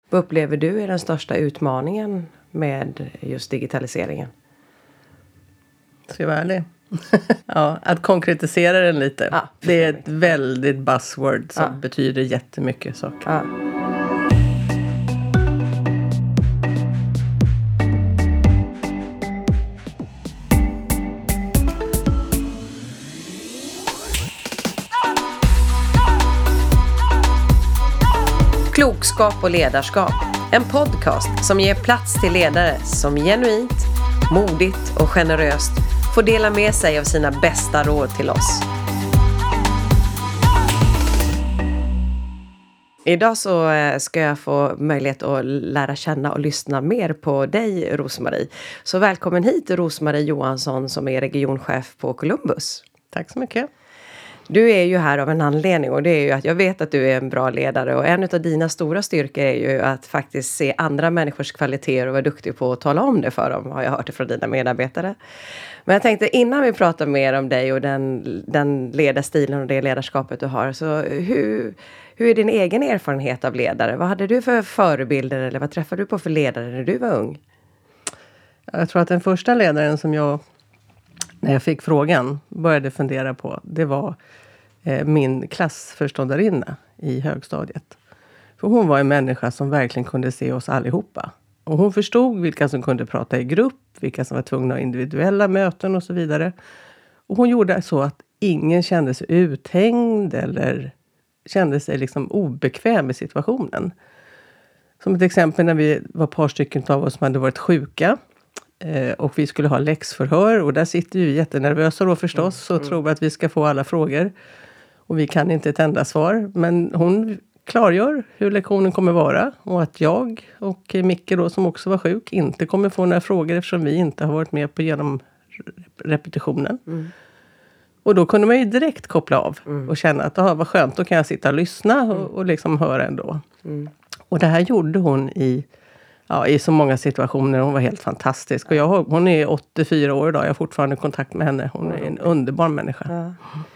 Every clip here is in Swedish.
Vad upplever du är den största utmaningen med just digitaliseringen? Ska jag vara ärlig? Ja, att konkretisera den lite. Ja, det är ett väldigt buzzword som betyder jättemycket saker. Ja. Klokskap och ledarskap. En podcast som ger plats till ledare som genuint, modigt och generöst får dela med sig av sina bästa råd till oss. Idag så ska jag få möjlighet att lära känna och lyssna mer på dig, Rosmarie. Så välkommen hit, Rosmarie Johansson, som är regionchef på Columbus. Tack så mycket. Du är ju här av en anledning, och det är ju att jag vet att du är en bra ledare, och en av dina stora styrkor är ju att faktiskt se andra människors kvaliteter och vara duktig på att tala om det för dem, har jag hört från dina medarbetare. Men jag tänkte, innan vi pratar mer om dig och den ledarstilen och det ledarskapet du har, så hur är din egen erfarenhet av ledare? Vad hade du för förebilder, eller vad träffade du på för ledare när du var ung? Jag tror att den första ledaren som jag, när jag fick frågan, började fundera på, det var min klassförståndarinna i högstadiet. För hon var en människa som verkligen kunde se oss allihopa. Och hon förstod vilka som kunde prata i grupp, vilka som var tvungna att ha individuella möten och så vidare. Och hon gjorde så att ingen kände sig uthängd eller kände sig liksom obekväm i situationen. Som ett exempel, när vi var ett par stycken av oss som hade varit sjuka. Och vi skulle ha läxförhör, och där sitter ju jättenervösa då förstås och tror att vi ska få alla frågor. Och vi kan inte ett enda svar. Men hon klargör hur lektionen kommer vara. Och att jag och Micke då, som också var sjuk, inte kommer få några frågor eftersom vi inte har varit med på genom repetitionen. Och då kunde man ju direkt koppla av och känna att vad skönt, då kan jag sitta och lyssna och liksom höra ändå. Och det här gjorde hon i så många situationer. Hon var helt fantastisk. Och hon är 84 år idag. Jag har fortfarande kontakt med henne. Hon är en underbar människa. Ja.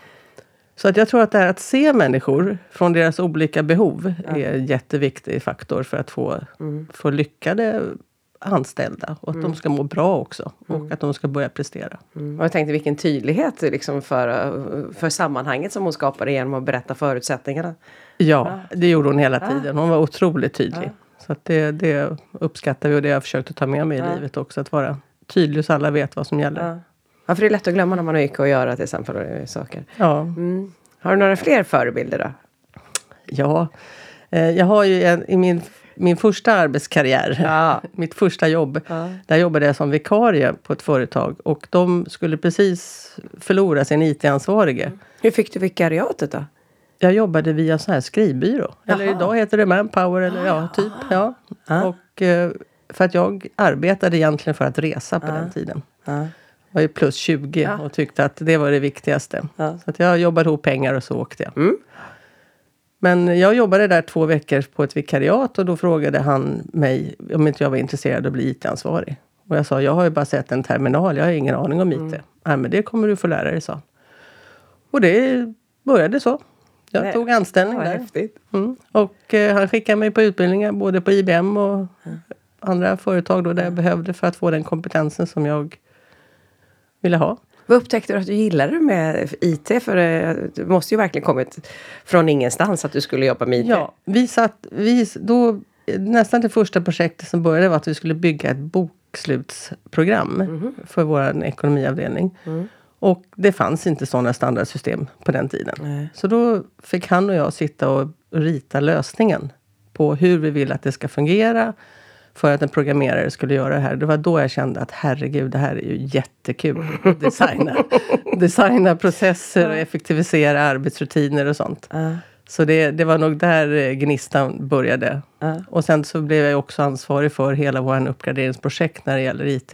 Så att jag tror att det här att se människor från deras olika behov är en jätteviktig faktor för att få lyckade anställda. Och att de ska må bra också. Och att de ska börja prestera. Och jag tänkte vilken tydlighet liksom för sammanhanget som hon skapade genom att berätta förutsättningarna. Ja, det gjorde hon hela tiden. Hon var otroligt tydlig. Så att det uppskattar vi, och det har jag försökt att ta med mig i livet också. Att vara tydlig så alla vet vad som gäller. Ja, för det är lätt att glömma när man har mycket att göra till exempel saker. Ja. Har du några fler förebilder då? Ja, jag har ju i min första arbetskarriär, mitt första jobb, där jobbade jag som vikarie på ett företag. Och de skulle precis förlora sin IT-ansvarige. Hur fick du vikariatet då? Jag jobbade via så här skrivbyrå. Eller idag heter det Manpower eller typ. Ja. Och för att jag arbetade egentligen för att resa på den tiden. Jag var ju plus 20 och tyckte att det var det viktigaste. Så att jag jobbade ihop pengar och så åkte jag. Men jag jobbade där 2 veckor på ett vikariat, och då frågade han mig om inte jag var intresserad av att bli IT-ansvarig. Och jag sa, jag har ju bara sett en terminal, jag har ingen aning om IT. Nej, men det kommer du få lära dig, sa. Och det började så. Jag tog anställning där. Häftigt. Och han skickade mig på utbildningar både på IBM och andra företag då, där jag behövde för att få den kompetensen som jag ville ha. Vad upptäckte du att du gillade med IT? För det måste ju verkligen kommit från ingenstans att du skulle jobba med IT. Ja, nästan det första projektet som började var att vi skulle bygga ett bokslutsprogram för vår ekonomiavdelning. Och det fanns inte sådana standardsystem på den tiden. Så då fick han och jag sitta och rita lösningen på hur vi vill att det ska fungera för att en programmerare skulle göra det här. Det var då jag kände att herregud, det här är ju jättekul att designa processer och effektivisera arbetsrutiner och sånt. Så det var nog där gnistan började. Och sen så blev jag också ansvarig för hela vår uppgraderingsprojekt när det gäller IT.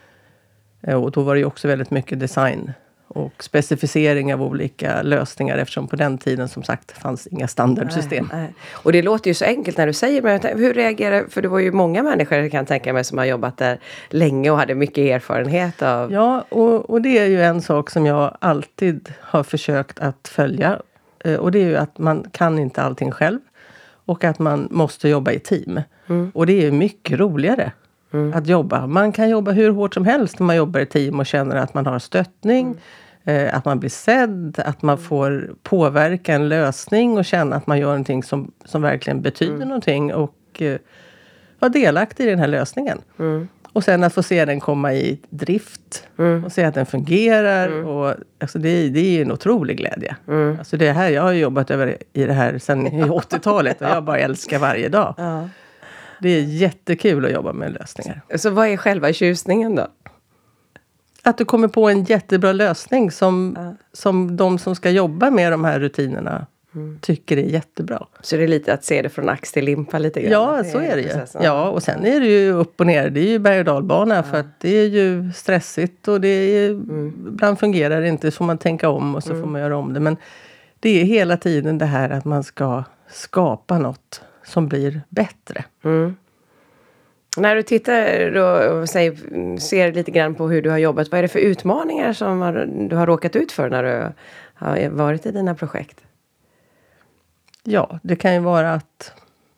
Och då var det ju också väldigt mycket design och specificering av olika lösningar, eftersom på den tiden som sagt fanns inga standardsystem. Nej. Och det låter ju så enkelt när du säger, men hur reagerar, för det var ju många människor kan jag tänka mig som har jobbat där länge och hade mycket erfarenhet av. Ja, och det är ju en sak som jag alltid har försökt att följa, och det är ju att man kan inte allting själv. Och att man måste jobba i team. Och det är mycket roligare att jobba. Man kan jobba hur hårt som helst när man jobbar i team och känner att man har stöttning. Att man blir sedd, att man får påverka en lösning och känna att man gör någonting som verkligen betyder någonting. Och vara delaktig i den här lösningen. Och sen att få se den komma i drift. Och se att den fungerar. Och, alltså det är en otrolig glädje. Alltså det här, jag har jobbat i det här sedan 80-talet. Och jag bara älskar varje dag. Ja. Det är jättekul att jobba med lösningar. Så vad är själva tjusningen då? Att du kommer på en jättebra lösning som de som ska jobba med de här rutinerna tycker är jättebra. Så det är lite att se det från ax till limpa lite grann. Ja, så är det ju. Ja, och sen är det ju upp och ner. Det är ju berg- och dalbana för att det är ju stressigt och det är ibland fungerar det inte, så får man tänka om och så får man göra om det. Men det är hela tiden det här att man ska skapa något som blir bättre. När du tittar då och ser lite grann på hur du har jobbat, vad är det för utmaningar som du har råkat ut för när du har varit i dina projekt? Ja, det kan ju vara att...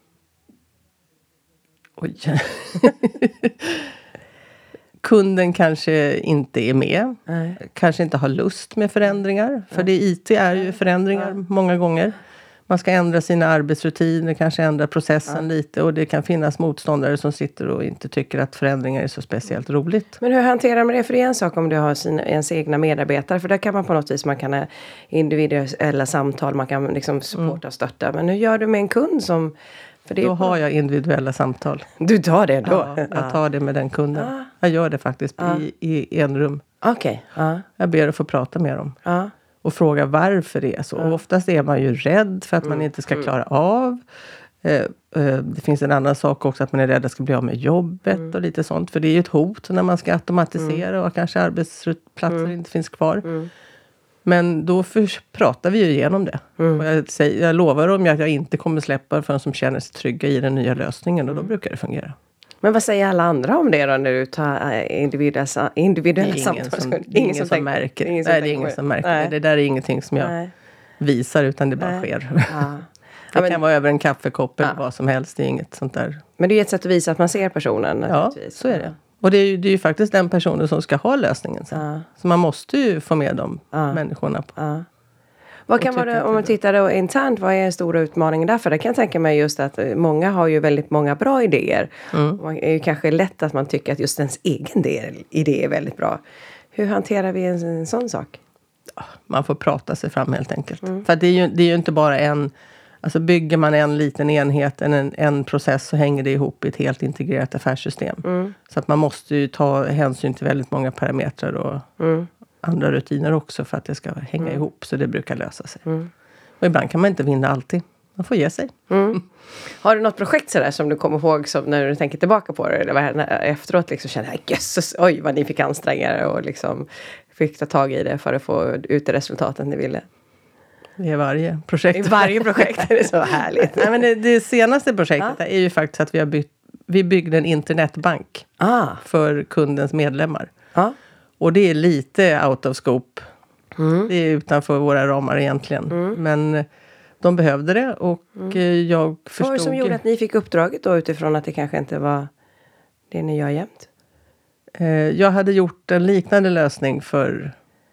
Oj. Kunden kanske inte är med. Nej. Kanske inte har lust med förändringar. För det IT är ju förändringar många gånger. Man ska ändra sina arbetsrutiner, kanske ändra processen lite. Och det kan finnas motståndare som sitter och inte tycker att förändringar är så speciellt roligt. Men hur hanterar man det? För det är en sak om du har ens egna medarbetare. För där kan man på något vis, man kan ha individuella samtal, man kan liksom supporta och stötta. Men hur gör du med en kund som... För det Då har jag individuella samtal. Du tar det då? Ja, jag tar det med den kunden. Jag gör det faktiskt i en rum. Okej. Jag ber att få prata med dem. Och fråga varför det är så. Och oftast är man ju rädd för att man inte ska klara av. Det finns en annan sak också, att man är rädd att ska bli av med jobbet och lite sånt. För det är ju ett hot när man ska automatisera och kanske arbetsplatser inte finns kvar. Men då pratar vi ju igenom det. Och jag lovar dem att jag inte kommer släppa för de som känner sig trygga i den nya lösningen. Och då brukar det fungera. Men vad säger alla andra om det då när du tar individuella samtal? Ingen som märker. Nej, det är ingen som märker. Det där är ingenting som jag visar, utan det bara sker. Det kan vara över en kaffekopp eller vad som helst. Det är inget sånt där. Men det är ett sätt att visa att man ser personen. Ja, så är det. Och det är ju faktiskt den personen som ska ha lösningen sen. Så man måste ju få med de människorna på. Vad kan vara, om man tittar då internt, vad är den stora utmaningen där? För det kan jag tänka mig just att många har ju väldigt många bra idéer. Det är ju kanske lätt att man tycker att just ens egen idé är väldigt bra. Hur hanterar vi en sån sak? Man får prata sig fram helt enkelt. För att det är ju inte bara en... Alltså bygger man en liten enhet, en process, så hänger det ihop i ett helt integrerat affärssystem. Så att man måste ju ta hänsyn till väldigt många parametrar och andra rutiner också för att det ska hänga ihop. Så det brukar lösa sig. Och ibland kan man inte vinna alltid. Man får ge sig. Har du något projekt sådär som du kommer ihåg som när du tänker tillbaka på det? Eller efteråt liksom känner jag, jösses, oj vad ni fick anstränga er och liksom fick ta tag i det för att få ut det resultatet ni ville? Det är varje projekt. I varje projekt är det så härligt. Nej, men det senaste projektet är ju faktiskt att vi byggde en internetbank för kundens medlemmar. Och det är lite out of scope. Det är utanför våra ramar egentligen. Men de behövde det och jag förstod... Vad var det som gjorde att ni fick uppdraget då utifrån att det kanske inte var det ni gör jämt? Jag hade gjort en liknande lösning för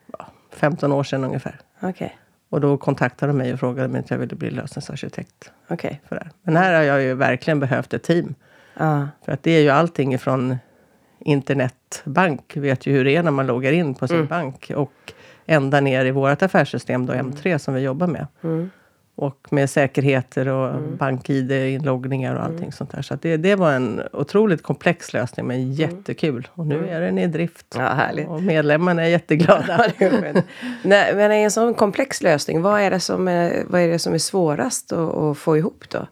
15 år sedan ungefär. Okej. Och då kontaktade de mig och frågade om inte jag ville bli lösningsarkitekt. Okej. För det. Men här har jag ju verkligen behövt ett team. För att det är ju allting ifrån internetbank. Vet ju hur det är när man loggar in på sin bank. Och ända ner i vårt affärssystem då, M3 som vi jobbar med. Och med säkerheter och bank-id, inloggningar och allting sånt där. Så att det var en otroligt komplex lösning, men jättekul. Och nu är den i drift. Ja, härligt. Och medlemmarna är jätteglada. Nej, men i en sån komplex lösning, vad är det som är svårast att få ihop då?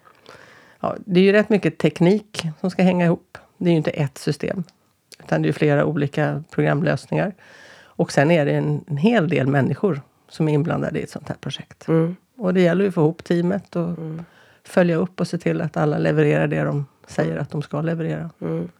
Ja, det är ju rätt mycket teknik som ska hänga ihop. Det är ju inte ett system. Utan det är ju flera olika programlösningar. Och sen är det en hel del människor som är inblandade i ett sånt här projekt. Och det gäller ju att få ihop teamet och följa upp och se till att alla levererar det de säger att de ska leverera.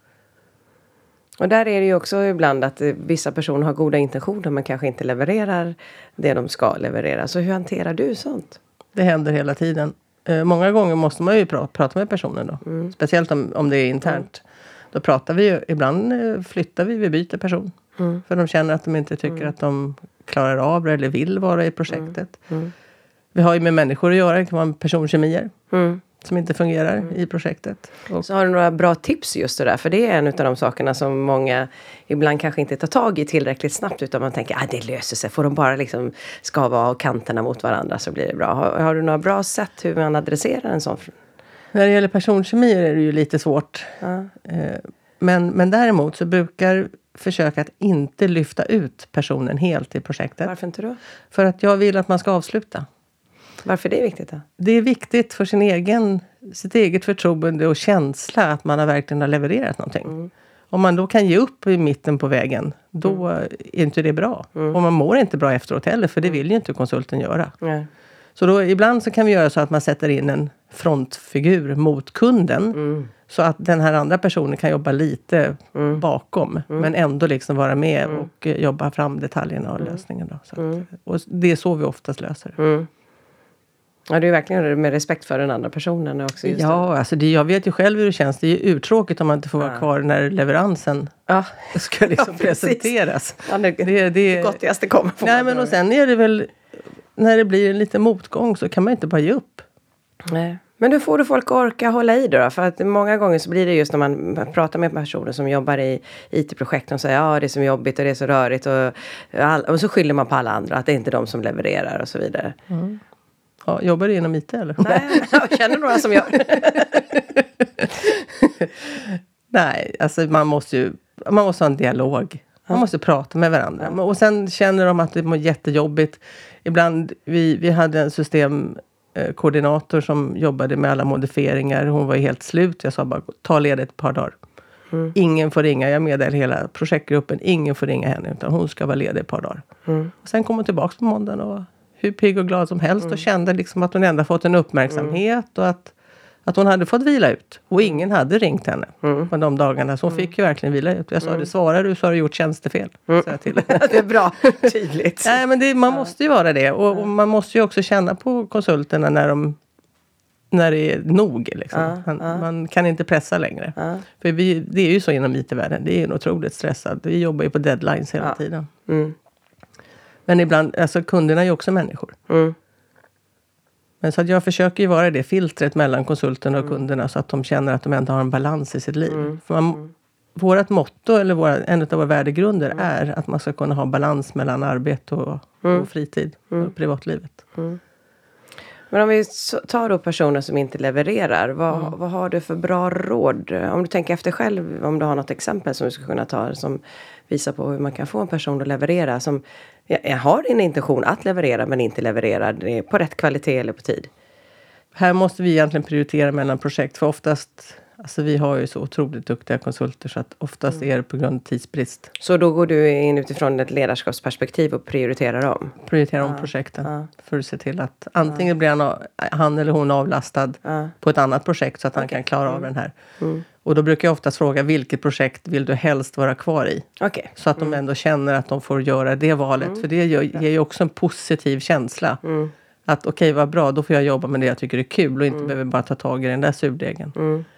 Och där är det ju också ibland att vissa personer har goda intentioner men kanske inte levererar det de ska leverera. Så hur hanterar du sånt? Det händer hela tiden. Många gånger måste man ju prata med personen då. Speciellt om det är internt. Då pratar vi ju, ibland flyttar vi byter person. För de känner att de inte tycker att de klarar av det eller vill vara i projektet. Vi har ju med människor att göra, det kan vara personkemier som inte fungerar i projektet. Så har du några bra tips just det där? För det är en av de sakerna som många ibland kanske inte tar tag i tillräckligt snabbt, utan man tänker det löser sig. Får de bara liksom skava av kanterna mot varandra så blir det bra. Har du några bra sätt hur man adresserar en sån? När det gäller personkemier är det ju lite svårt. Men däremot så brukar försöka att inte lyfta ut personen helt i projektet. Varför inte då? För att jag vill att man ska avsluta. Varför det är viktigt då? Det är viktigt för sitt eget förtroende och känsla att man verkligen har levererat någonting. Om man då kan ge upp i mitten på vägen, då är inte det bra. Och man mår inte bra efteråt heller, för det vill ju inte konsulten göra. Så då ibland så kan vi göra så att man sätter in en frontfigur mot kunden. Så att den här andra personen kan jobba lite bakom. Men ändå liksom vara med och jobba fram detaljerna och lösningen. Då, så att, och det är så vi oftast löser det. Ja, det är verkligen med respekt för den andra personen också. Just alltså jag vet ju själv hur det känns. Det är ju uttråkigt om man inte får vara kvar när leveransen ska liksom presenteras. Ja, det gottigaste kommer på. Nej, men och sen är det väl, när det blir en liten motgång så kan man inte bara ge upp. Nej. Men hur får du folk att orka hålla i det då? För att många gånger så blir det just när man pratar med personer som jobbar i IT-projekt. De säger det är så jobbigt och det är så rörigt. Och så skyller man på alla andra att det är inte de som levererar och så vidare. Ja, jobbar du inom IT eller? Nej, jag känner några som gör. Nej, alltså man måste ha en dialog. Man måste prata med varandra. Och sen känner de att det är jättejobbigt. Ibland, vi hade en systemkoordinator som jobbade med alla modifieringar. Hon var helt slut. Jag sa bara, ta ledigt ett par dagar. Ingen får ringa. Jag meddelar hela projektgruppen. Ingen får ringa henne, utan hon ska vara ledig ett par dagar. Och sen kom hon tillbaka på måndagen och hur pigg och glad som helst. Och kände liksom att hon ändå fått en uppmärksamhet. Och att hon hade fått vila ut. Och ingen hade ringt henne på de dagarna. Så hon fick ju verkligen vila ut. Jag sa, det svarar du så har du gjort tjänstefel. Så jag till. Det är bra, tydligt. Nej, men man måste ju vara det. Och man måste ju också känna på konsulterna när det är nog. Liksom. Man kan inte pressa längre. För det är ju så inom IT-världen. Det är ju otroligt stressad. Vi jobbar ju på deadlines hela tiden. Men ibland, alltså kunderna är ju också människor. Men så att jag försöker ju vara det filtret mellan konsulterna och kunderna. Så att de känner att de ändå har en balans i sitt liv. För vårt motto, eller en av våra värdegrunder är att man ska kunna ha balans mellan arbete och fritid och privatlivet. Men om vi tar då personer som inte levererar, vad har du för bra råd? Om du tänker efter själv, om du har något exempel som du skulle kunna ta som visar på hur man kan få en person att leverera. Som har en intention att leverera men inte levererar det på rätt kvalitet eller på tid. Här måste vi egentligen prioritera mellan projekt, för oftast, alltså vi har ju så otroligt duktiga konsulter så att oftast är det på grund av tidsbrist. Så då går du in utifrån ett ledarskapsperspektiv och prioriterar om? Prioriterar om projekten för att se till att antingen blir han eller hon avlastad på ett annat projekt så att han kan klara av den här. Och då brukar jag oftast fråga, vilket projekt vill du helst vara kvar i? Så att de ändå känner att de får göra det valet. För det ger ju också en positiv känsla. Att okej, vad bra, då får jag jobba med det jag tycker är kul och inte behöver bara ta tag i den där surdegen.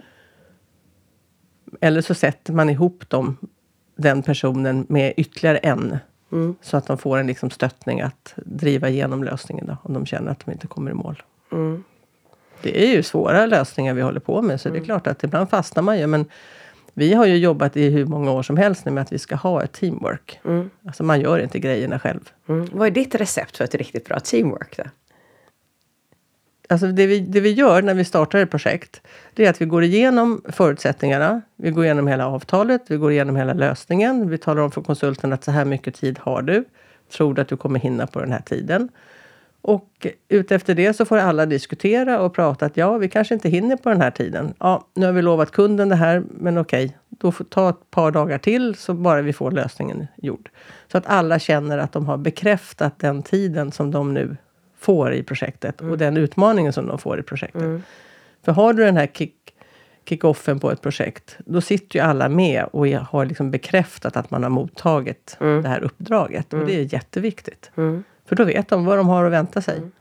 Eller så sätter man ihop den personen med ytterligare en. Så att de får en liksom stöttning att driva igenom lösningen då, om de känner att de inte kommer i mål. Det är ju svåra lösningar vi håller på med, så det är klart att ibland fastnar man ju. Men vi har ju jobbat i hur många år som helst nu med att vi ska ha ett teamwork. Alltså man gör inte grejerna själv. Vad är ditt recept för ett riktigt bra teamwork då? Alltså det vi gör när vi startar ett projekt, det är att vi går igenom förutsättningarna. Vi går igenom hela avtalet, vi går igenom hela lösningen. Vi talar om för konsulten att så här mycket tid har du. Tror du att du kommer hinna på den här tiden? Och utefter det så får alla diskutera och prata att vi kanske inte hinner på den här tiden. Ja, nu har vi lovat kunden det här, men okej. Då får ta ett par dagar till så bara vi får lösningen gjord. Så att alla känner att de har bekräftat den tiden som de nu får i projektet. Och den utmaningen som de får i projektet. För har du den här kick-offen på ett projekt, då sitter ju alla med och har liksom bekräftat att man har mottagit det här uppdraget. Och det är jätteviktigt. För då vet de vad de har att vänta sig.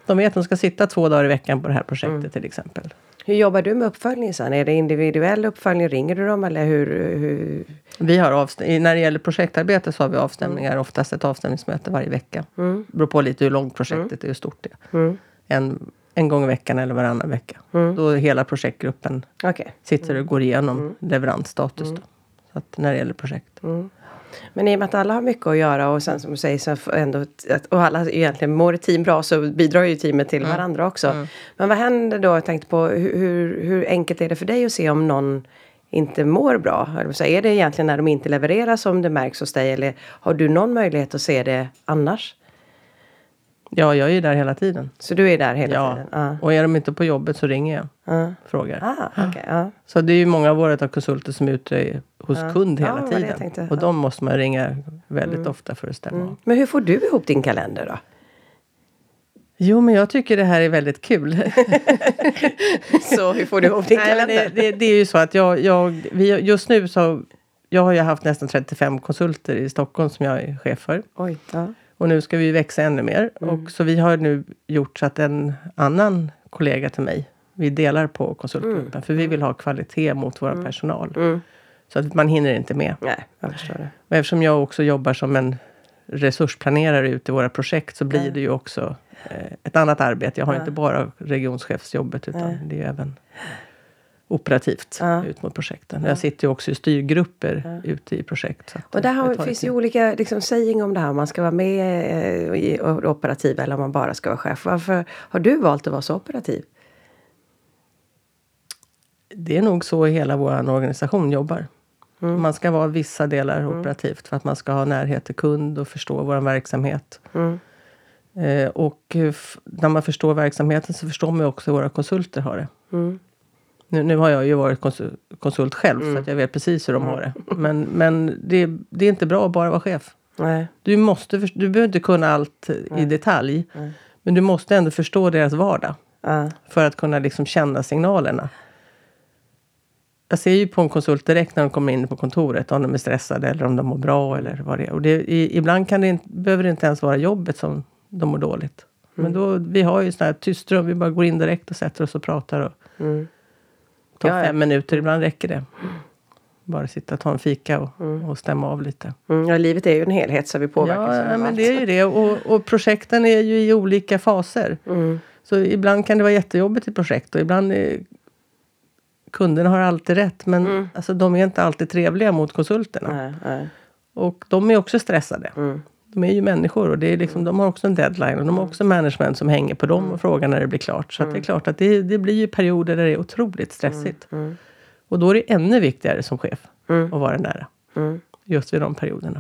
De vet att de ska sitta 2 dagar i veckan på det här projektet till exempel. Hur jobbar du med uppföljning sen? Är det individuell uppföljning? Ringer du dem eller hur? Vi har när det gäller projektarbete så har vi avstämningar. Oftast ett avstämningsmöte varje vecka. Det beror på lite hur långt projektet är, hur stort det är. En gång i veckan eller varannan vecka. Då hela projektgruppen sitter och går igenom leveransstatus. Då. Så att när det gäller projekt. Men i och med att alla har mycket att göra och sen som du säger så ändå och alla egentligen mår ett team bra så bidrar ju teamet till varandra också. Men vad händer då? Jag tänkte på hur enkelt är det för dig att se om någon inte mår bra? Så är det egentligen när de inte levererar som det märks hos dig eller har du någon möjlighet att se det annars? Ja, jag är ju där hela tiden. Så du är där hela tiden? Och är de inte på jobbet så ringer jag. Frågar. Okay. Så det är ju många av våra konsulter som är ute hos kund hela tiden. Och de måste man ringa väldigt ofta för att stämma. Men hur får du ihop din kalender då? Jo, men jag tycker det här är väldigt kul. Så hur får du ihop din kalender? Det är ju så att just nu så jag har ju haft nästan 35 konsulter i Stockholm som jag är chef för. Oj, Och nu ska vi växa ännu mer. Och så vi har nu gjort så att en annan kollega till mig, vi delar på konsultgruppen. För vi vill ha kvalitet mot vår personal. Så att man hinner inte med. Nej, jag förstår det. Och eftersom jag också jobbar som en resursplanerare ute i våra projekt så blir det ju också ett annat arbete. Jag har inte bara regionschefsjobbet utan det är ju även operativt ut mot projekten. Jag sitter ju också i styrgrupper ute i projekt. Så och där finns ju olika saying om det här. Om man ska vara med i operativ eller om man bara ska vara chef. Varför har du valt att vara så operativ? Det är nog så hela vår organisation jobbar. Man ska vara vissa delar operativt för att man ska ha närhet till kund och förstå vår verksamhet. Och när man förstår verksamheten så förstår man också hur våra konsulter har det. Nu har jag ju varit konsult själv så att jag vet precis hur de har det. Men det är inte bra att bara vara chef. Nej. Du behöver inte kunna allt i detalj. Men du måste ändå förstå deras vardag. För att kunna liksom känna signalerna. Jag ser ju på en konsult direkt när de kommer in på kontoret. Om de är stressade eller om de mår bra eller vad det är. Och ibland behöver det inte ens vara jobbet som de mår dåligt. Men vi har ju sådana här tystrum. Vi bara går in direkt och sätter oss och pratar. Och tar 5 minuter, ibland räcker det. Bara sitta och ta en fika och stämma av lite. Ja, livet är ju en helhet så vi påverkas. Ja, men det är ju det. Och projekten är ju i olika faser. Så ibland kan det vara jättejobbigt i projekt. Och ibland kunderna har alltid rätt. Men alltså, de är inte alltid trevliga mot konsulterna. Nej. Och de är också stressade. De är ju människor och det är liksom, de har också en deadline. Och de har också management som hänger på dem och frågar när det blir klart. Så att det är klart att det blir ju perioder där det är otroligt stressigt. Och då är det ännu viktigare som chef att vara nära. Just vid de perioderna.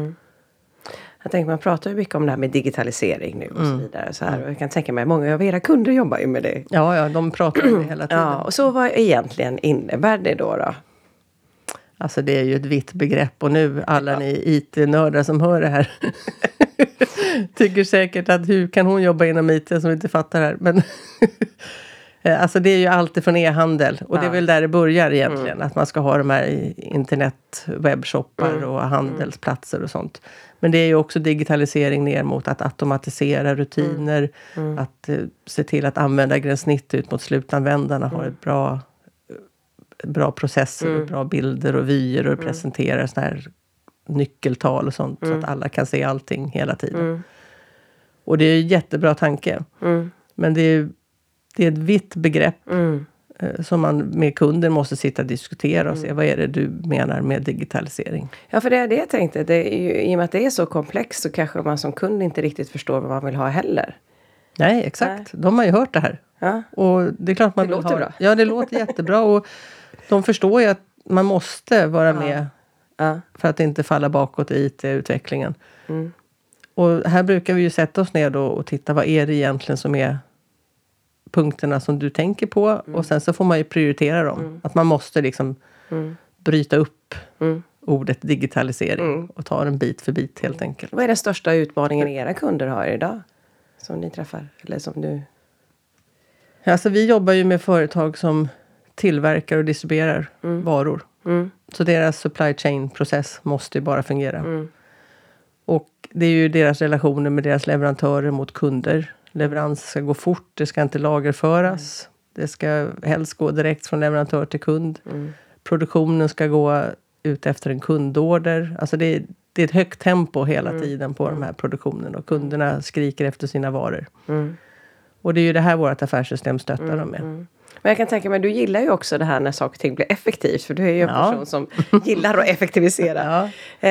Jag tänker man pratar ju mycket om det här med digitalisering nu och så vidare. Så här. Och jag kan tänka mig många av era kunder jobbar ju med det. Ja, de pratar om det hela tiden. Ja, och så vad egentligen innebär det då? Alltså det är ju ett vitt begrepp och nu alla ni IT-nördar som hör det här tycker säkert att hur kan hon jobba inom IT som inte fattar det här. Men alltså det är ju alltid från e-handel och det är väl där det börjar egentligen. Att man ska ha de här internet, webbshoppar och handelsplatser och sånt. Men det är ju också digitalisering ner mot att automatisera rutiner. Att se till att användargränssnitt ut mot slutanvändarna har ett bra processer och bra bilder och vyer och presenterar såna här nyckeltal och sånt så att alla kan se allting hela tiden. Och det är ju jättebra tanke. Men det är ett vitt begrepp som man med kunder måste sitta och diskutera och se vad är det du menar med digitalisering. Ja, för det är det jag tänkte. Det är ju, i och med att det är så komplext så kanske man som kund inte riktigt förstår vad man vill ha heller. Nej, exakt. De har ju hört det här. Ja. Och det är klart man det låter bra. Ja, det låter jättebra och de förstår ju att man måste vara med för att inte falla bakåt i IT-utvecklingen. Och här brukar vi ju sätta oss ner då och titta vad är det egentligen som är punkterna som du tänker på och sen så får man ju prioritera dem. Att man måste liksom bryta upp ordet digitalisering och ta den bit för bit helt enkelt. Vad är den största utmaningen era kunder har idag? Som ni träffar? Eller som du... Alltså vi jobbar ju med företag som tillverkar och distribuerar varor. Så deras supply chain-process måste ju bara fungera. Och det är ju deras relationer med deras leverantörer mot kunder. Leverans ska gå fort, det ska inte lagerföras. Det ska helst gå direkt från leverantör till kund. Produktionen ska gå ut efter en kundorder. Alltså det är ett högt tempo hela tiden på de här produktionen. Och kunderna skriker efter sina varor. Och det är ju det här vårt affärssystem stöttar dem med. Men jag kan tänka mig, du gillar ju också det här när saker och ting blir effektivt. För du är ju en person som gillar att effektivisera.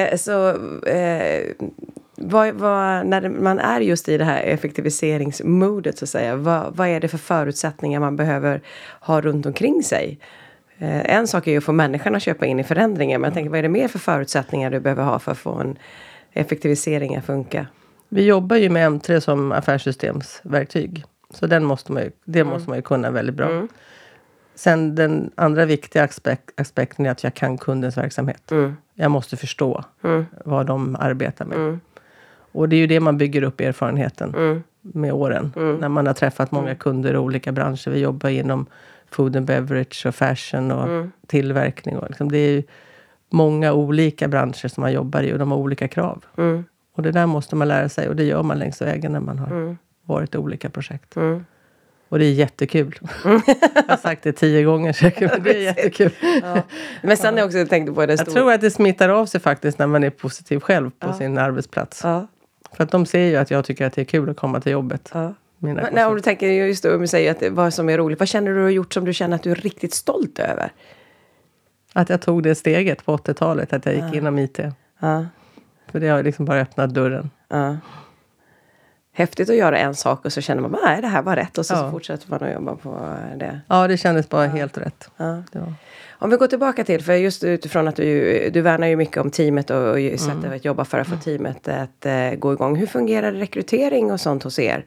När man är just i det här effektiviseringsmodet så att säga. Vad är det för förutsättningar man behöver ha runt omkring sig? En sak är ju att få människorna att köpa in i förändringar. Men jag tänker, vad är det mer för förutsättningar du behöver ha för att få en effektivisering att funka? Vi jobbar ju med M3 som affärssystemsverktyg. Så det måste man ju kunna väldigt bra. Sen den andra viktiga aspekten är att jag kan kundens verksamhet. Jag måste förstå vad de arbetar med. Och det är ju det man bygger upp erfarenheten med åren. När man har träffat många kunder i olika branscher. Vi jobbar inom food and beverage och fashion och tillverkning. Och liksom, det är ju många olika branscher som man jobbar i och de har olika krav. Och det där måste man lära sig och det gör man längs vägen när man har varit i olika projekt. Och det är jättekul. Jag har sagt det 10 gånger säkert, men det är jättekul. Men sen har jag också tänkt på det Jag tror att det smittar av sig faktiskt när man är positiv själv på sin arbetsplats. För att de ser ju att jag tycker att det är kul att komma till jobbet. Nej, om du tänker just då, om du säger att vad som är roligt. Vad känner du har gjort som du känner att du är riktigt stolt över? Att jag tog det steget på 80-talet, att jag gick inom IT. För det har liksom bara öppnat dörren. Häftigt att göra en sak och så känner man, nej det här var rätt. Och så fortsätter man att jobba på det. Ja, det kändes bara helt rätt. Om vi går tillbaka till, för just utifrån att du värnar ju mycket om teamet och sättet att jobba för att få teamet att gå igång. Hur fungerar rekrytering och sånt hos er?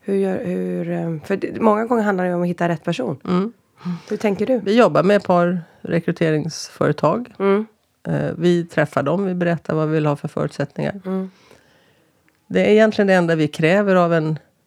För många gånger handlar det om att hitta rätt person. Hur tänker du? Vi jobbar med ett par rekryteringsföretag. Vi träffar dem, vi berättar vad vi vill ha för förutsättningar. Det är egentligen det enda vi kräver av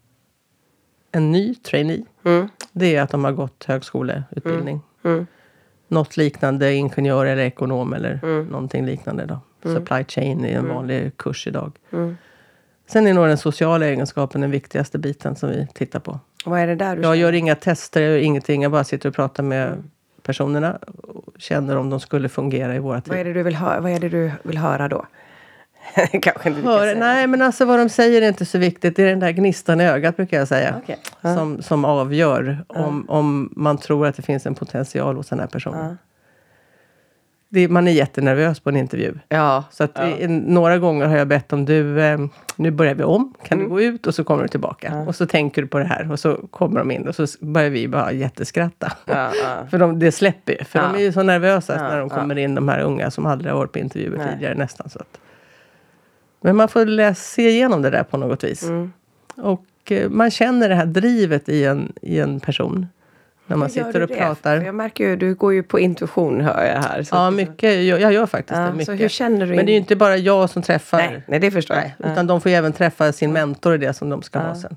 en ny trainee. Det är att de har gått högskoleutbildning. Något liknande ingenjör eller ekonom eller någonting liknande då. Supply chain är en vanlig kurs idag. Sen är nog den sociala egenskapen den viktigaste biten som vi tittar på. Vad är det där du Jag gör inga tester, jag gör ingenting. Jag bara sitter och pratar med personerna och känner om de skulle fungera i våra team. Vad är det du vill höra då? Kanske inte nej, men alltså vad de säger är inte så viktigt. Det är den där gnistan i ögat brukar jag säga. Som avgör om man tror att det finns en potential hos den här personen. Man är jättenervös på en intervju. Så att några gånger har jag bett om nu börjar vi om. Kan du gå ut och så kommer du tillbaka. Och så tänker du på det här och så kommer de in och så börjar vi bara jätteskratta. För det släpper ju. För de är ju så nervösa när de kommer in, de här unga som aldrig har varit på intervjuer tidigare nästan så att. Men man får se igenom det där på något vis. Och man känner det här drivet i en person. När man sitter och pratar. För jag märker ju, du går ju på intuition hör jag här. Så mycket. Jag gör faktiskt det mycket. Så hur känner du? Men det är ju inte bara jag som träffar. Nej, det förstår jag. Utan de får ju även träffa sin mentor i det som de ska ha sen.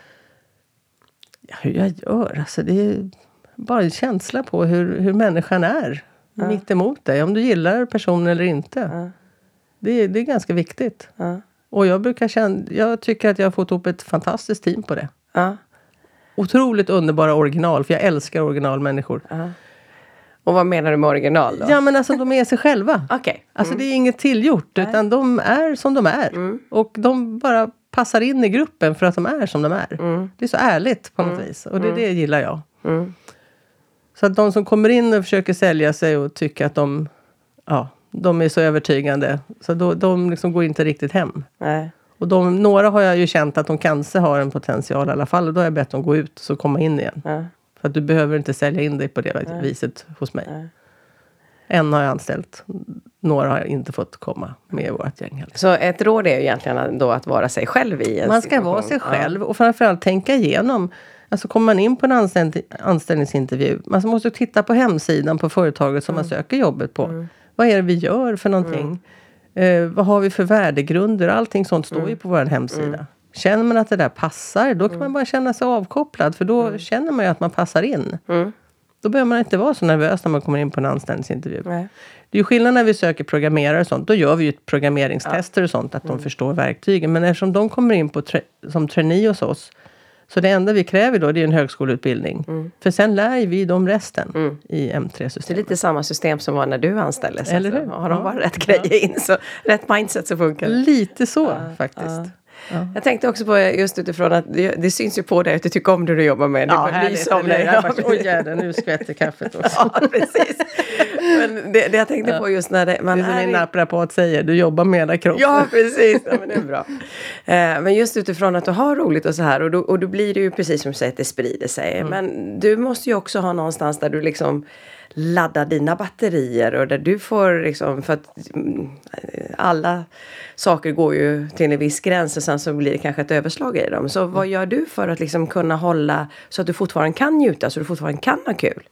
Hur jag gör? Alltså det är bara en känsla på hur människan är. Mitt emot dig. Om du gillar personen eller inte. Det är ganska viktigt. Och jag tycker att jag har fått ihop ett fantastiskt team på det. Otroligt underbara original. För jag älskar originalmänniskor. Och vad menar du med original då? Ja men alltså de är sig själva. Alltså det är inget tillgjort. Utan de är som de är. Och de bara passar in i gruppen för att de är som de är. Det är så ärligt på något vis. Och det gillar jag. Så att de som kommer in och försöker sälja sig och tycker att de är så övertygande. Så de liksom går inte riktigt hem. Och några har jag ju känt att de kanske har en potential i alla fall. Och då har jag bett dem gå ut och så komma in igen. För att du behöver inte sälja in dig på det viset hos mig. En har jag anställt. Några har jag inte fått komma med i vårt gäng heller. Så ett råd är ju egentligen då att vara sig själv i en Man ska vara sig själv och framförallt tänka igenom. Alltså kommer man in på en anställningsintervju. Man måste titta på hemsidan på företaget som man söker jobbet på. Vad är det vi gör för någonting? Vad har vi för värdegrunder? Allting sånt står ju på vår hemsida. Känner man att det där passar, då kan man bara känna sig avkopplad. För då känner man ju att man passar in. Då behöver man inte vara så nervös när man kommer in på en anställningsintervju. Det är ju skillnad när vi söker programmerare och sånt. Då gör vi ju programmeringstester och sånt. Att de förstår verktygen. Men eftersom de kommer in som trainee hos oss. Så det enda vi kräver då, det är en högskoleutbildning. För sen lär vi dem resten i M3-systemet. Det är lite samma system som var när du anställdes. Eller hur? Har de bara rätt grejer in, så rätt mindset så funkar det. Lite så faktiskt. Ja. Jag tänkte också på just utifrån att det syns ju på dig att du tycker om det du jobbar med. Ja, det lyser om dig. Oj jävlar, nu skvätter kaffet också. Ja, precis. Men det jag tänkte på just när man det är som min naprapat säger, du jobbar med hela kroppen. Ja, precis. Ja, men det är bra. Men just utifrån att du har roligt och så här. Och då blir det ju precis som du säger att det sprider sig. Men du måste ju också ha någonstans där du liksom ladda dina batterier och där du får liksom, för att alla saker går ju till en viss gräns och sen så blir det kanske ett överslag i dem. Så vad gör du för att liksom kunna hålla så att du fortfarande kan njuta, så du fortfarande kan ha kul?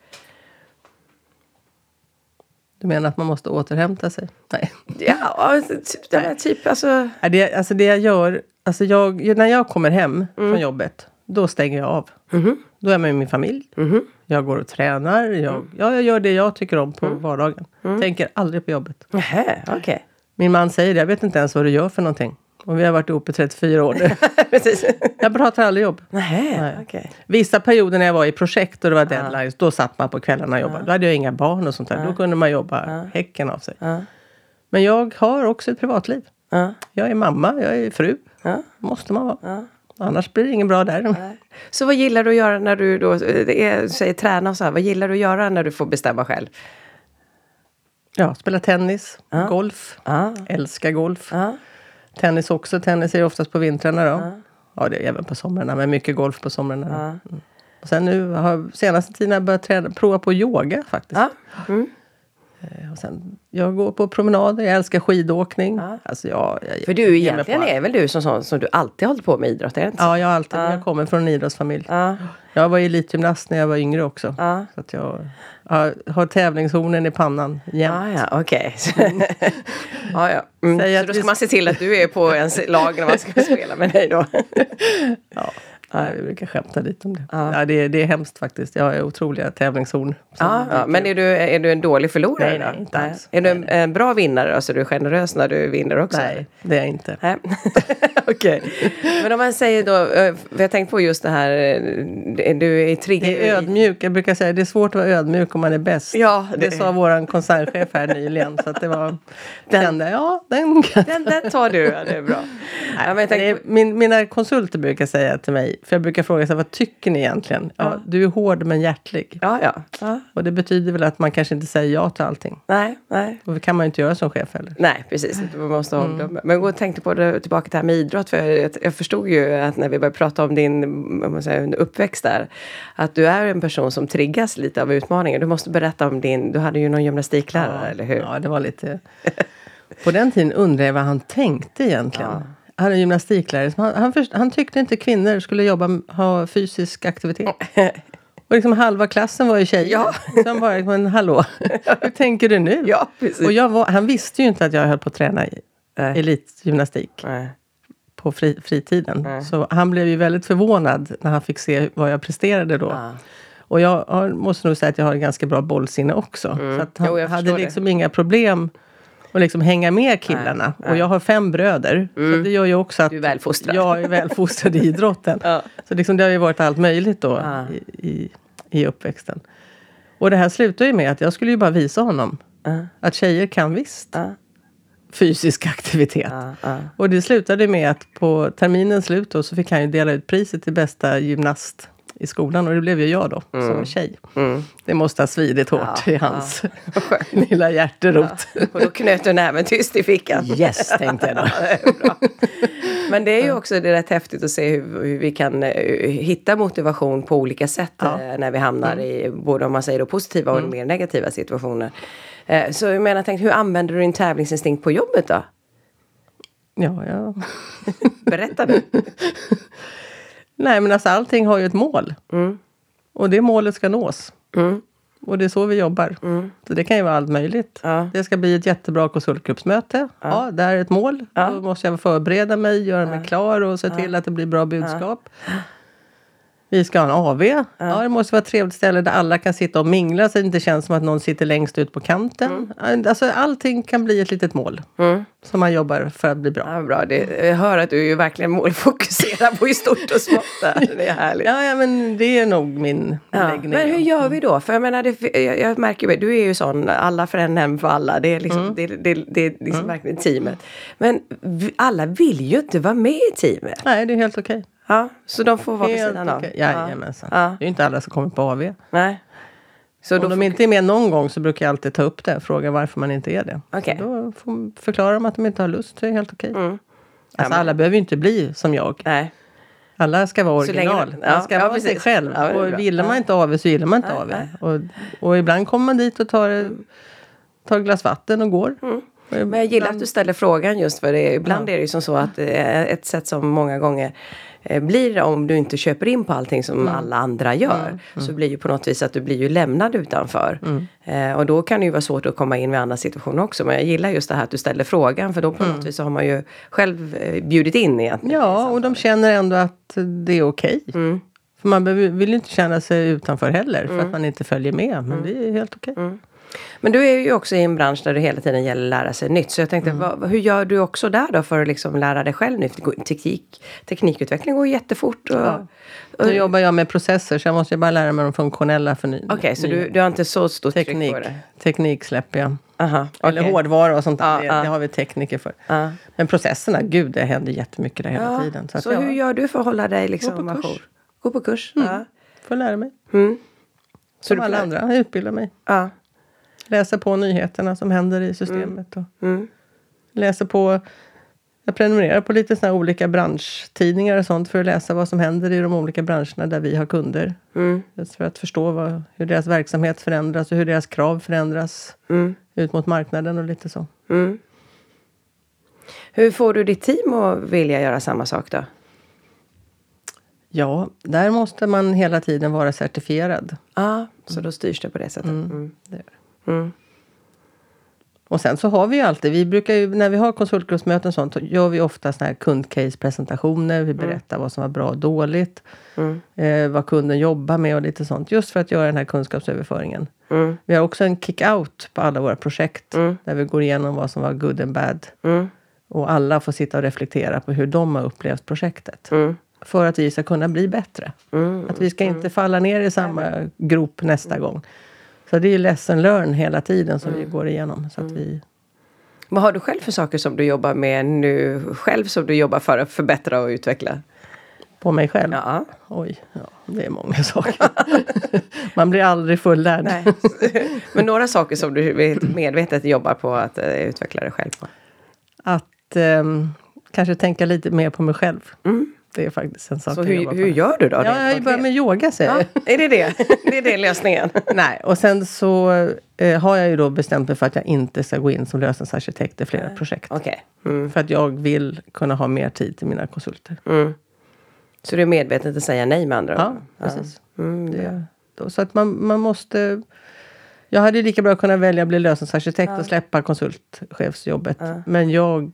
Du menar att man måste återhämta sig? Nej. Ja, typ alltså. Det jag gör, när jag kommer hem från jobbet, då stänger jag av. Då är jag med min familj. Jag går och tränar. Jag gör det jag tycker om på vardagen. Tänker aldrig på jobbet. Okay. Min man säger det, jag vet inte ens vad du gör för någonting. Och vi har varit ihop i 34 år nu. Precis. Jag pratar aldrig jobb. Nej. Okay. Vissa perioder när jag var i projekt och det var deadlines, då satt man på kvällarna och jobbade. Då hade jag inga barn och sånt där. Då kunde man jobba häcken av sig. Men jag har också ett privatliv. Jag är mamma, jag är fru. Måste man vara. Annars blir det ingen bra där. Nej. Så vad gillar du att göra när du då säger träna och så här? Vad gillar du att göra när du får bestämma själv? Ja, spela tennis, golf. Älskar golf. Tennis också. Tennis är ju oftast på vintrarna då. Ja, det är även på somrarna, men mycket golf på somrarna. Och sen nu senaste tiden har jag börjat prova på yoga faktiskt. Och sen, jag går på promenader, jag älskar skidåkning. Alltså för du egentligen är väl du som du alltid hållit på med idrott, är det inte så? Ja, jag kommer från en idrottsfamilj. Jag var elitgymnast när jag var yngre också. Så att jag har tävlingshornen i pannan jämt. Okej. Så då ska man se till att du är på ens lag när man ska spela med dig då. Vi brukar skämta lite om det. Det är hemskt faktiskt. Jag är otroliga tävlingshorn. Men är du en dålig förlorare? Nej, inte alls. Är du en bra vinnare? Alltså du är generös när du vinner också? Nej, det är jag inte. Nej. Okej. Men om man säger då, jag tänkte på just det här, du är triggad. Det är ödmjuk. Jag brukar säga det är svårt att vara ödmjuk om man är bäst. Ja, det sa våran koncernchef här nyligen. Så att det var den tar du, det är bra. Mina konsulter brukar säga till mig, för jag brukar fråga sig, vad tycker ni egentligen? Du är hård men hjärtlig. Och det betyder väl att man kanske inte säger ja till allting. Nej. Och det kan man ju inte göra som chef heller. Nej, precis. Man måste ha omdöme. Men jag tänkte på det, tillbaka till det här med idrott. För jag förstod ju att när vi började prata om din uppväxt där, att du är en person som triggas lite av utmaningar. Du måste berätta om du hade ju någon gymnastiklärare, eller hur? Ja, det var lite... På den tiden undrade jag vad han tänkte egentligen. Han är gymnastiklärare. Han tyckte inte kvinnor skulle ha fysisk aktivitet. Och liksom halva klassen var ju tjejer. Sen var jag, men hallå, hur tänker du nu? Ja, precis. Och han visste ju inte att jag höll på att träna i elitgymnastik på fritiden. Så han blev ju väldigt förvånad när han fick se vad jag presterade då. Och jag måste nog säga att jag har en ganska bra bollsinne också. Så att han hade liksom inga problem och liksom hänga med killarna. Nej. Och jag har 5 bröder. Så det gör ju också att du är välfostrad. Jag är välfostrad i idrotten. Så liksom det har ju varit allt möjligt då i uppväxten. Och det här slutar ju med att jag skulle ju bara visa honom att tjejer kan visst fysisk aktivitet. Och det slutade med att på terminens slut då, så fick han ju dela ut priset till bästa gymnast i skolan, och det blev ju jag då som tjej. Det måste ha svidit hårt i hans lilla hjärterot. Och då knöt du näven tyst i fickan. Yes, tänkte jag då. Bra. Men det är ju också rätt häftigt att se hur vi kan hitta motivation på olika sätt när vi hamnar i både, om man säger då, positiva och mer negativa situationer. Så jag menar, hur använder du din tävlingsinstinkt på jobbet då? Ja. Berätta du. Nej, men alltså allting har ju ett mål. Och det målet ska nås. Och det är så vi jobbar. Så det kan ju vara allt möjligt. Det ska bli ett jättebra konsultgruppsmöte. Det är ett mål. Då måste jag förbereda mig, göra mig klar och se till att det blir bra budskap. Vi ska ha en AV. Ja, det måste vara ett trevligt ställe där alla kan sitta och mingla så det inte känns som att någon sitter längst ut på kanten. Alltså allting kan bli ett litet mål som man jobbar för att bli bra. Ja, bra. Jag hör att du är ju verkligen målfokuserad på i stort och smått där. Det är härligt. Ja, men det är nog min läggning. Men hur gör vi då? För jag menar, jag märker ju, du är ju sån, alla för en, hem för alla. Det är liksom, det är liksom verkligen teamet. Men alla vill ju inte vara med i teamet. Nej, det är helt okej. Ja, så de får vara vid sidan av. Jajamensan. Ja. Det är ju inte alla som kommer på AV. Nej. Så om de inte är med någon gång så brukar jag alltid ta upp det. Fråga varför man inte är det. Okay. Då förklarar de att de inte har lust. Det är helt okej. Alltså alla behöver ju inte bli som jag. Nej. Alla ska vara original. Man ska vara sig själv. Ja, och vill man inte AV så gillar man inte AV. Och ibland kommer man dit och tar ett glas vatten och går. Men jag gillar att du ställer frågan just för det. Ibland är det ju som så att ett sätt som många gånger blir om du inte köper in på allting som alla andra gör. Så blir ju på något vis att du blir ju lämnad utanför. Och då kan det ju vara svårt att komma in med andra situationer också. Men jag gillar just det här att du ställer frågan. För då på något vis så har man ju själv bjudit in egentligen. Ja, och de känner ändå att det är okej. För man vill inte känna sig utanför heller. För att man inte följer med. Men det är helt okej. Men du är ju också i en bransch där det hela tiden gäller att lära sig nytt. Så jag tänkte, hur gör du också där då för att liksom lära dig själv nytt? Teknikutveckling går jättefort. Nu jobbar jag med processer så jag måste ju bara lära mig de funktionella Okej, så du har inte så stort tryck på det? Teknik släpper jag. Aha, eller hårdvara och sånt där. Det har vi tekniker för. Men processerna, gud, det händer jättemycket där hela tiden. Så hur gör du för att hålla dig liksom Gå på kurs? Får lära mig. Så som alla andra, utbilda mig. Läsa på nyheterna som händer i systemet. Och läsa på, jag prenumererar på lite såna olika branschtidningar och sånt för att läsa vad som händer i de olika branscherna där vi har kunder. Just för att förstå hur deras verksamhet förändras och hur deras krav förändras ut mot marknaden och lite så. Hur får du ditt team att vilja göra samma sak då? Ja, där måste man hela tiden vara certifierad. Så då styrs det på det sättet. Det gör. Och sen så har vi ju alltid, vi brukar ju, när vi har konsultgruppsmöten och sånt, gör vi ofta såna här kundcase-presentationer. Vi berättar vad som var bra och dåligt. Vad kunden jobbar med och lite sånt. Just för att göra den här kunskapsöverföringen. Vi har också en kick-out på alla våra projekt. Där vi går igenom vad som var good and bad. Och alla får sitta och reflektera på hur de har upplevt projektet. För att vi ska kunna bli bättre. Att vi ska inte falla ner i samma grop nästa gång. Så det är ju lesson learn hela tiden som vi går igenom. Så att vi... Vad har du själv för saker som du jobbar med nu själv som du jobbar för att förbättra och utveckla? På mig själv? Ja. Oj, det är många saker. Man blir aldrig fullärd. Nej. Men några saker som du medvetet jobbar på att utveckla dig själv på? Att kanske tänka lite mer på mig själv. Det är faktiskt en sak. Så hur gör du då? Ja, jag börjar med yoga säger jag. Är det det? Det är det lösningen? Nej, och sen så har jag ju då bestämt mig för att jag inte ska gå in som lösningsarkitekt i flera projekt. Okay. För att jag vill kunna ha mer tid till mina konsulter. Så du är medveten att säga nej med andra ord? Ja, precis. Så att man måste... Jag hade lika bra kunnat välja att bli lösningsarkitekt och släppa konsultchefsjobbet. Men jag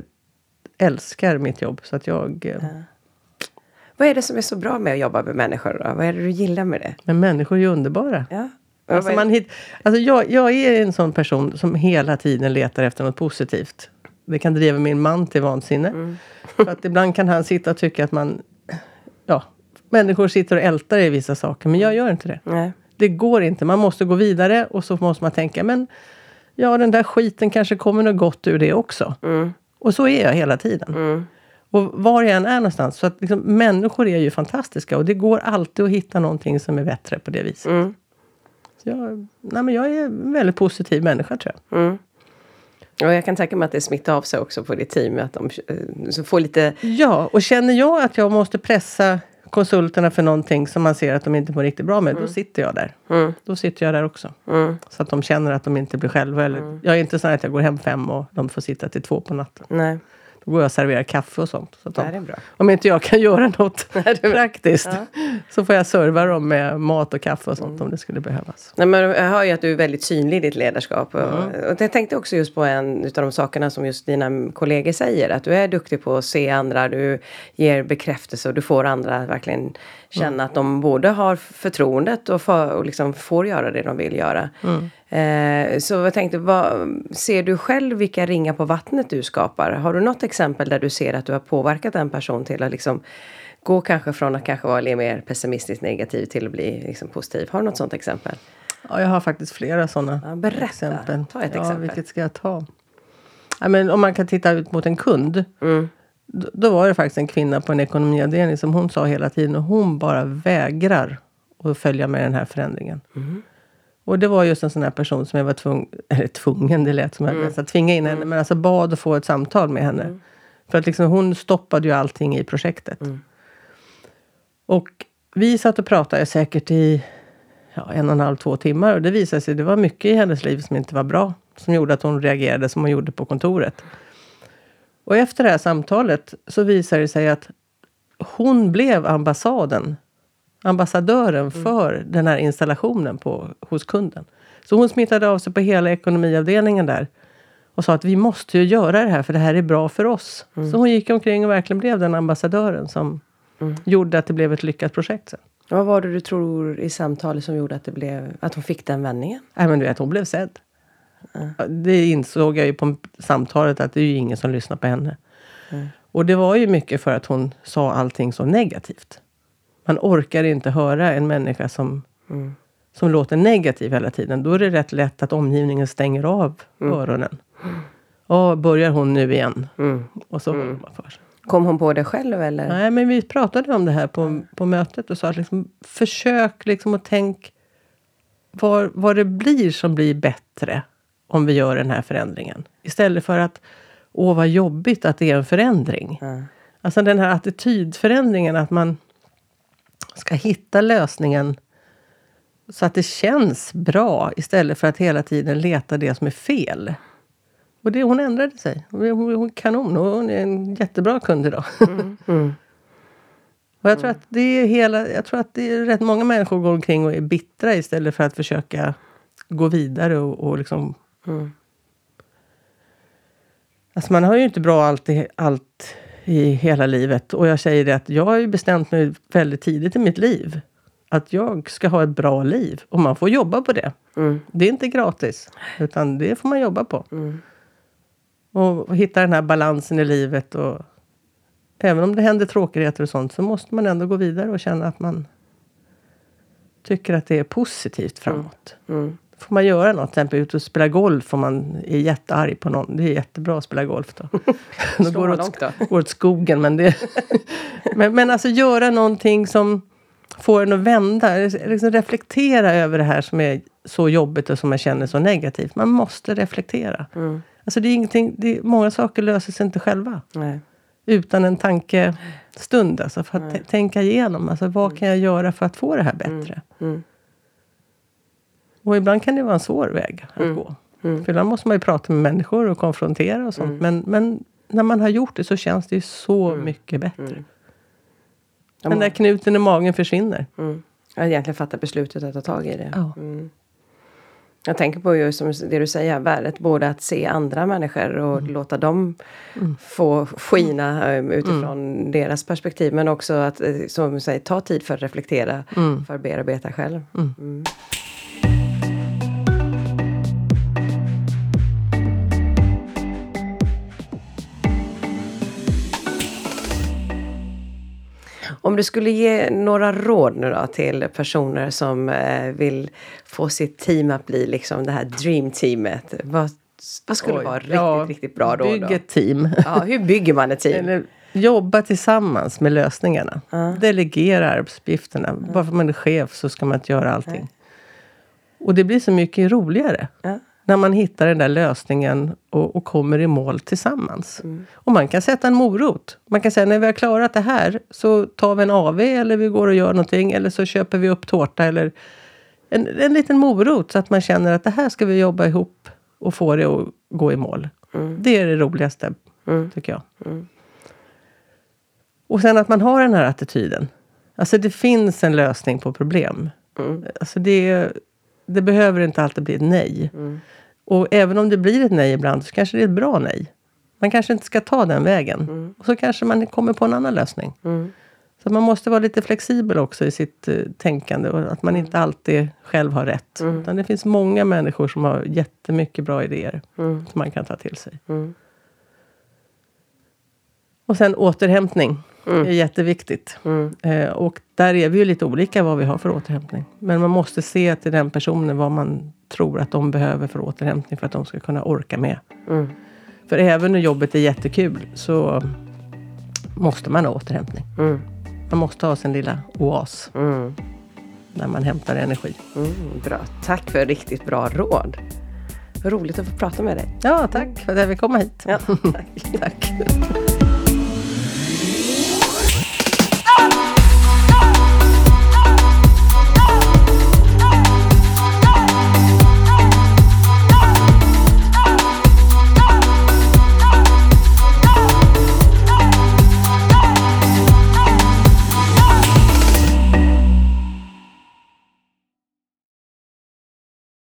älskar mitt jobb så att jag... Vad är det som är så bra med att jobba med människor då? Vad är det du gillar med det? Men människor är ju underbara. Ja. Alltså jag är en sån person som hela tiden letar efter något positivt. Det kan driva min man till vansinne. För att ibland kan han sitta och tycka att människor sitter och ältar i vissa saker. Men jag gör inte det. Nej. Det går inte. Man måste gå vidare och så måste man tänka, men den där skiten kanske kommer något gott ur det också. Och så är jag hela tiden. Och var jag än är någonstans. Så att liksom, människor är ju fantastiska. Och det går alltid att hitta någonting som är bättre på det viset. Så jag är en väldigt positiv människa tror jag. Och jag kan tänka mig att det smittar av sig också på ditt team. Att de så får lite... Ja, och känner jag att jag måste pressa konsulterna för någonting som man ser att de inte mår riktigt bra med. Då sitter jag där. Då sitter jag där också. Så att de känner att de inte blir själva. Eller, jag är inte så att jag går hem 5 och de får sitta till 2 på natten. Nej. Då går jag och serverar kaffe och sånt. Så att det är bra. Om inte jag kan göra något praktiskt. Så får jag serva dem med mat och kaffe och sånt om det skulle behövas. Nej, men jag hör ju att du är väldigt synlig i ditt ledarskap. Och jag tänkte också just på en av de sakerna som just dina kollegor säger. Att du är duktig på att se andra. Du ger bekräftelse och du får andra att verkligen känna att de både har förtroendet och liksom får göra det de vill göra. Så jag tänkte, ser du själv vilka ringar på vattnet du skapar? Har du något exempel där du ser att du har påverkat en person till att liksom gå kanske från att kanske vara lite mer pessimistiskt negativ till att bli liksom positiv? Har du något sånt exempel? Ja, jag har faktiskt flera sådana berätta. exempel. Ta ett exempel. Vilket ska jag ta? Ja, men om man kan titta ut mot en kund. Då var det faktiskt en kvinna på en ekonomiavdelning som hon sa hela tiden. Och hon bara vägrar att följa med den här förändringen. Och det var just en sån här person som jag var tvungen, det lät som jag nästan tvinga in henne. Men alltså bad att få ett samtal med henne. För att liksom hon stoppade ju allting i projektet. Och vi satt och pratade säkert i 1,5-2 timmar. Och det visade sig, det var mycket i hennes liv som inte var bra. Som gjorde att hon reagerade som hon gjorde på kontoret. Och efter det här samtalet så visade det sig att hon blev ambassadören för den här installationen hos kunden. Så hon smittade av sig på hela ekonomiavdelningen där. Och sa att vi måste ju göra det här för det här är bra för oss. Så hon gick omkring och verkligen blev den ambassadören som gjorde att det blev ett lyckat projekt sen. Vad var det du tror i samtalet som gjorde att hon fick den vändningen? Nej, men du vet, hon blev sedd. Det insåg jag ju på samtalet att det är ju ingen som lyssnar på henne. Och det var ju mycket för att hon sa allting så negativt. Man orkar inte höra en människa som låter negativ hela tiden. Då är det rätt lätt att omgivningen stänger av öronen. Och börjar hon nu igen. Och så håller man för sig. Kom hon på det själv eller? Nej, men vi pratade om det här på mötet och sa att liksom, försök liksom att tänk vad det blir som blir bättre om vi gör den här förändringen. Istället för att, vad jobbigt att det är en förändring. Alltså den här attitydförändringen, att man ska hitta lösningen så att det känns bra istället för att hela tiden leta det som är fel. Och hon ändrade sig. Hon är kanon och hon är en jättebra kund idag. Och jag tror att det är rätt många människor går omkring och är bittra istället för att försöka gå vidare och liksom. Alltså man har ju inte bra allt i hela livet. Och jag säger det att jag har ju bestämt mig väldigt tidigt i mitt liv att jag ska ha ett bra liv. Och man får jobba på det. Det är inte gratis. Utan det får man jobba på. Och hitta den här balansen i livet. Och även om det händer tråkigheter och sånt. Så måste man ändå gå vidare och känna att man tycker att det är positivt framåt. Får man göra något, till exempel ut och spela golf om man är jättearg på någon. Det är jättebra att spela golf då. Då går åt skogen. Men alltså göra någonting som får en att vända. Liksom reflektera över det här som är så jobbigt och som man känner så negativt. Man måste reflektera. Alltså det är ingenting, många saker löser sig inte själva. Nej. Utan en tankestund. Alltså för att tänka igenom. Alltså vad kan jag göra för att få det här bättre? Och ibland kan det vara en svår väg att gå. För ibland måste man ju prata med människor och konfrontera och sånt. Men när man har gjort det så känns det ju så mycket bättre. Den där knuten i magen försvinner. Jag har egentligen fattat beslutet att ta tag i det. Ja. Jag tänker på ju som det du säger, värdet både att se andra människor och låta dem få skina utifrån deras perspektiv. Men också att, som du säger, ta tid för att reflektera, för att bearbeta själv. Om du skulle ge några råd nu då till personer som vill få sitt team att bli liksom det här dreamteamet. Vad skulle vara riktigt bra råd då? Bygg ett team. Ja, hur bygger man ett team? Eller jobba tillsammans med lösningarna. Delegera arbetsuppgifterna. Bara för att man är chef så ska man inte göra allting. Och det blir så mycket roligare. När man hittar den där lösningen och kommer i mål tillsammans. Och man kan sätta en morot. Man kan säga när vi har klarat det här så tar vi en AV eller vi går och gör någonting. Eller så köper vi upp tårta eller en liten morot. Så att man känner att det här ska vi jobba ihop och få det att gå i mål. Det är det roligaste tycker jag. Och sen att man har den här attityden. Alltså det finns en lösning på problem. Alltså det behöver inte alltid bli ett nej. Och även om det blir ett nej ibland så kanske det är ett bra nej. Man kanske inte ska ta den vägen. Och så kanske man kommer på en annan lösning. Så man måste vara lite flexibel också i sitt tänkande. Och att man inte alltid själv har rätt. Utan det finns många människor som har jättemycket bra idéer. Som man kan ta till sig. Och sen återhämtning. är jätteviktigt. Och där är vi ju lite olika vad vi har för återhämtning. Men man måste se till den personen vad man tror att de behöver för återhämtning för att de ska kunna orka med. För även när jobbet är jättekul så måste man ha återhämtning. Man måste ha sin lilla oas när man hämtar energi. Bra, tack för riktigt bra råd. Roligt att få prata med dig. Ja, tack för att jag fick komma hit. Ja, tack. Tack.